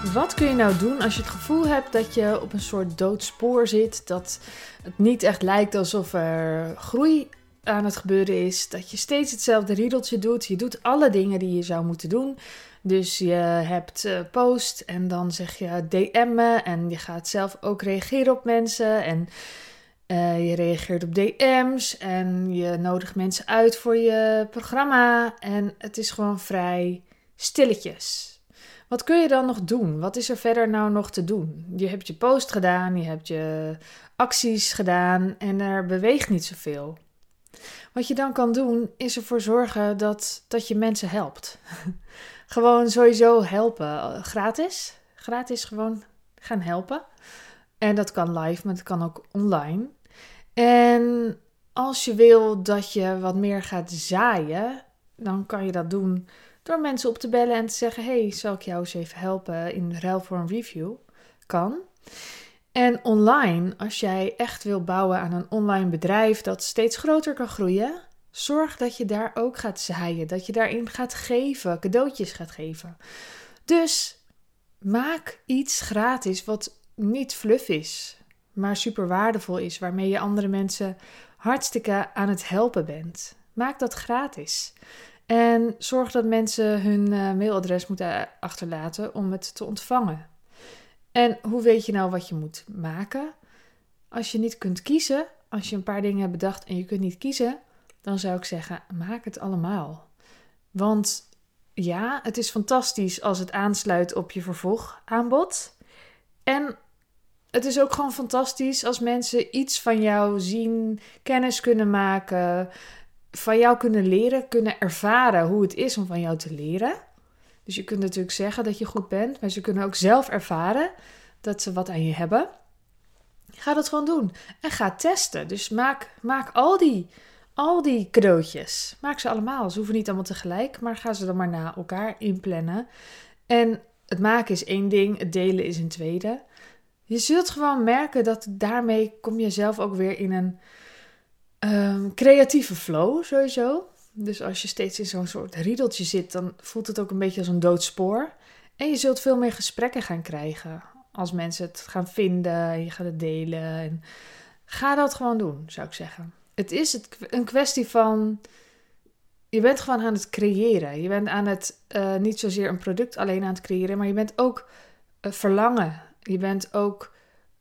Wat kun je nou doen als je het gevoel hebt dat je op een soort doodspoor zit, dat het niet echt lijkt alsof er groei aan het gebeuren is, dat je steeds hetzelfde riedeltje doet, je doet alle dingen die je zou moeten doen. Dus je hebt post en dan zeg je DM'en en je gaat zelf ook reageren op mensen en je reageert op DM's en je nodigt mensen uit voor je programma en het is gewoon vrij stilletjes. Wat kun je dan nog doen? Wat is er verder nou nog te doen? Je hebt je post gedaan, je hebt je acties gedaan en er beweegt niet zoveel. Wat je dan kan doen, is ervoor zorgen dat je mensen helpt. Gewoon sowieso helpen. Gratis. Gratis gewoon gaan helpen. En dat kan live, maar dat kan ook online. En als je wil dat je wat meer gaat zaaien, dan kan je dat doen door mensen op te bellen en te zeggen: hey, zal ik jou eens even helpen in ruil voor een review? Kan. En online, als jij echt wil bouwen aan een online bedrijf dat steeds groter kan groeien, zorg dat je daar ook gaat zaaien. Dat je daarin gaat geven, cadeautjes gaat geven. Dus maak iets gratis wat niet fluff is, maar super waardevol is, waarmee je andere mensen hartstikke aan het helpen bent. Maak dat gratis. En zorg dat mensen hun mailadres moeten achterlaten om het te ontvangen. En hoe weet je nou wat je moet maken? Als je niet kunt kiezen, als je een paar dingen hebt bedacht en je kunt niet kiezen, dan zou ik zeggen, maak het allemaal. Want ja, het is fantastisch als het aansluit op je vervolgaanbod. En het is ook gewoon fantastisch als mensen iets van jou zien, kennis kunnen maken, van jou kunnen leren, kunnen ervaren hoe het is om van jou te leren. Dus je kunt natuurlijk zeggen dat je goed bent, maar ze kunnen ook zelf ervaren dat ze wat aan je hebben. Ga dat gewoon doen en ga testen. Dus maak al die cadeautjes. Maak ze allemaal. Ze hoeven niet allemaal tegelijk, maar ga ze dan maar na elkaar inplannen. En het maken is één ding, het delen is een tweede. Je zult gewoon merken dat daarmee kom je zelf ook weer in een creatieve flow sowieso. Dus als je steeds in zo'n soort riedeltje zit, dan voelt het ook een beetje als een doodspoor. En je zult veel meer gesprekken gaan krijgen als mensen het gaan vinden en je gaat het delen. En ga dat gewoon doen, zou ik zeggen. Het is een kwestie van, je bent gewoon aan het creëren. Je bent aan het, niet zozeer een product alleen aan het creëren, maar je bent ook verlangen. Je bent ook,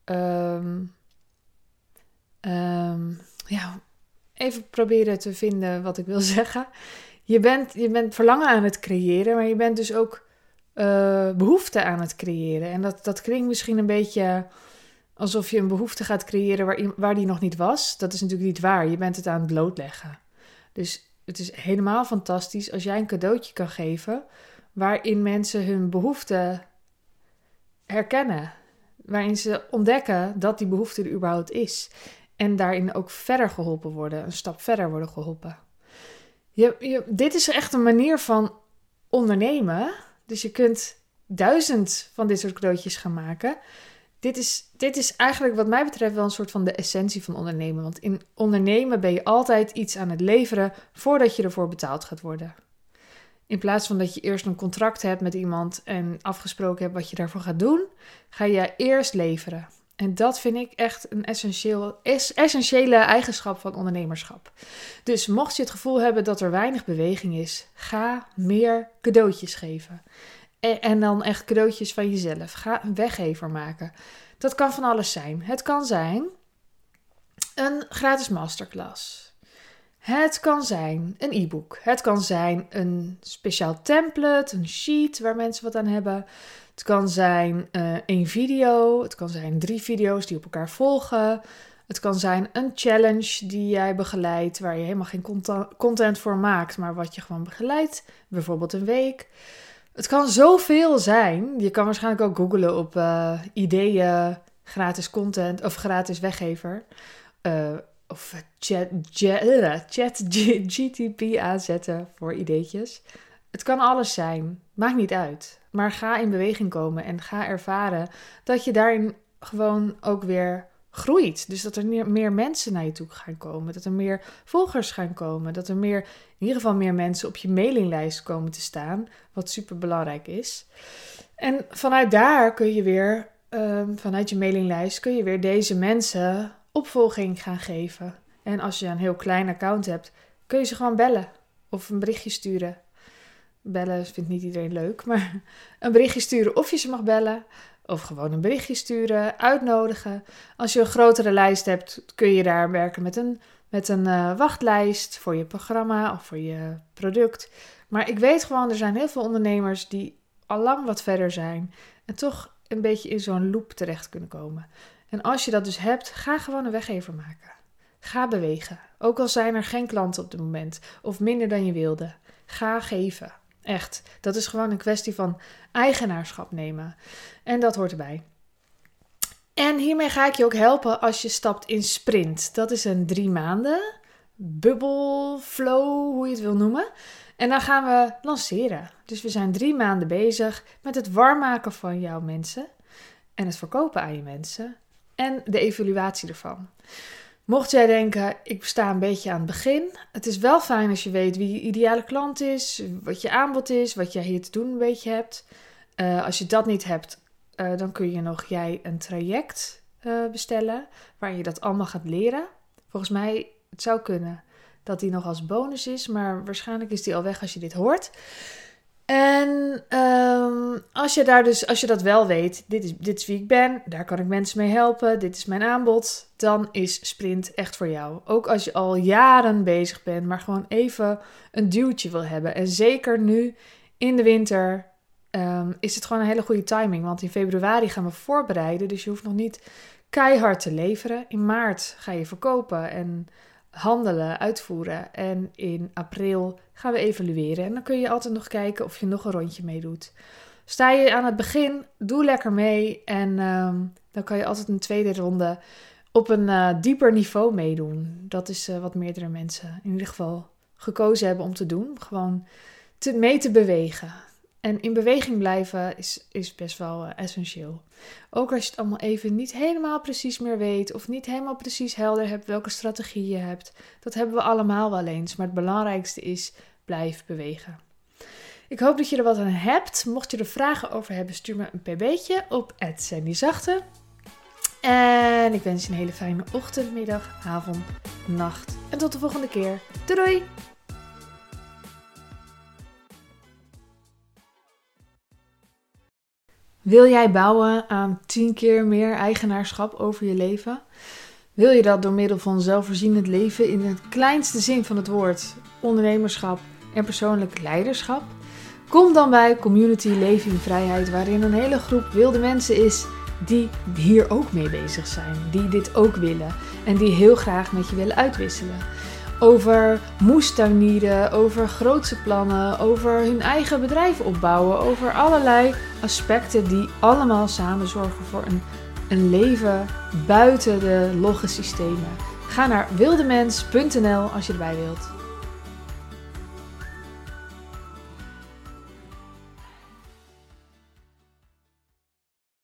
even proberen te vinden wat ik wil zeggen. Je bent verlangen aan het creëren, maar je bent dus ook behoefte aan het creëren. En dat klinkt misschien een beetje alsof je een behoefte gaat creëren waar die nog niet was. Dat is natuurlijk niet waar. Je bent het aan het blootleggen. Dus het is helemaal fantastisch als jij een cadeautje kan geven waarin mensen hun behoefte herkennen. Waarin ze ontdekken dat die behoefte er überhaupt is. En daarin ook verder geholpen worden, een stap verder worden geholpen. Dit is echt een manier van ondernemen. Dus je kunt 1000 van dit soort cadeautjes gaan maken. Dit is eigenlijk wat mij betreft wel een soort van de essentie van ondernemen. Want in ondernemen ben je altijd iets aan het leveren voordat je ervoor betaald gaat worden. In plaats van dat je eerst een contract hebt met iemand en afgesproken hebt wat je daarvoor gaat doen, ga je eerst leveren. En dat vind ik echt een essentiële eigenschap van ondernemerschap. Dus mocht je het gevoel hebben dat er weinig beweging is, ga meer cadeautjes geven. En dan echt cadeautjes van jezelf. Ga een weggever maken. Dat kan van alles zijn. Het kan zijn een gratis masterclass. Het kan zijn een e-book. Het kan zijn een speciaal template, een sheet waar mensen wat aan hebben. Het kan zijn 1 video. Het kan zijn 3 video's die op elkaar volgen. Het kan zijn een challenge die jij begeleidt, waar je helemaal geen content voor maakt, maar wat je gewoon begeleidt. Bijvoorbeeld een week. Het kan zoveel zijn. Je kan waarschijnlijk ook googlen op ideeën, gratis content of gratis weggever. Of ChatGPT aanzetten voor ideetjes. Het kan alles zijn. Maakt niet uit. Maar ga in beweging komen en ga ervaren dat je daarin gewoon ook weer groeit. Dus dat er meer mensen naar je toe gaan komen. Dat er meer volgers gaan komen. Dat er in ieder geval meer mensen op je mailinglijst komen te staan. Wat super belangrijk is. En vanuit daar kun je weer, vanuit je mailinglijst, kun je weer deze mensen opvolging gaan geven. En als je een heel klein account hebt, kun je ze gewoon bellen of een berichtje sturen. Bellen vindt niet iedereen leuk, maar een berichtje sturen of je ze mag bellen. Of gewoon een berichtje sturen, uitnodigen. Als je een grotere lijst hebt, kun je daar werken met een wachtlijst voor je programma of voor je product. Maar ik weet gewoon, er zijn heel veel ondernemers die al lang wat verder zijn en toch een beetje in zo'n loop terecht kunnen komen. En als je dat dus hebt, ga gewoon een weggever maken. Ga bewegen. Ook al zijn er geen klanten op dit moment of minder dan je wilde. Ga geven. Echt. Dat is gewoon een kwestie van eigenaarschap nemen. En dat hoort erbij. En hiermee ga ik je ook helpen als je stapt in sprint. Dat is een 3 maanden bubbel, flow, hoe je het wil noemen. En dan gaan we lanceren. Dus we zijn 3 maanden bezig met het warm maken van jouw mensen. En het verkopen aan je mensen. En de evaluatie ervan. Mocht jij denken, ik sta een beetje aan het begin. Het is wel fijn als je weet wie je ideale klant is. Wat je aanbod is. Wat jij hier te doen een beetje hebt. Als je dat niet hebt, dan kun je nog een traject bestellen. Waar je dat allemaal gaat leren. Volgens mij, het zou kunnen dat die nog als bonus is. Maar waarschijnlijk is die al weg als je dit hoort. En als je dat wel weet, dit is wie ik ben, daar kan ik mensen mee helpen, dit is mijn aanbod, dan is Sprint echt voor jou. Ook als je al jaren bezig bent, maar gewoon even een duwtje wil hebben. En zeker nu in de winter is het gewoon een hele goede timing, want in februari gaan we voorbereiden, dus je hoeft nog niet keihard te leveren. In maart ga je verkopen en handelen, uitvoeren. En in april gaan we evalueren. En dan kun je altijd nog kijken of je nog een rondje meedoet. Sta je aan het begin, doe lekker mee. En dan kan je altijd een tweede ronde op een dieper niveau meedoen. Dat is wat meerdere mensen in ieder geval gekozen hebben om te doen. Gewoon mee te bewegen. En in beweging blijven is best wel essentieel. Ook als je het allemaal even niet helemaal precies meer weet. Of niet helemaal precies helder hebt welke strategie je hebt. Dat hebben we allemaal wel eens. Maar het belangrijkste is, blijf bewegen. Ik hoop dat je er wat aan hebt. Mocht je er vragen over hebben, stuur me een pb'tje op @sandyzachte. En ik wens je een hele fijne ochtend, middag, avond, nacht. En tot de volgende keer. Doei doei! Wil jij bouwen aan 10 keer meer eigenaarschap over je leven? Wil je dat door middel van zelfvoorzienend leven in het kleinste zin van het woord, ondernemerschap en persoonlijk leiderschap? Kom dan bij Community Leven in Vrijheid, waarin een hele groep wilde mensen is die hier ook mee bezig zijn, die dit ook willen en die heel graag met je willen uitwisselen. Over moestuinieren, over grootse plannen, over hun eigen bedrijf opbouwen, over allerlei aspecten die allemaal samen zorgen voor een leven buiten de logge systemen. Ga naar wildemens.nl als je erbij wilt.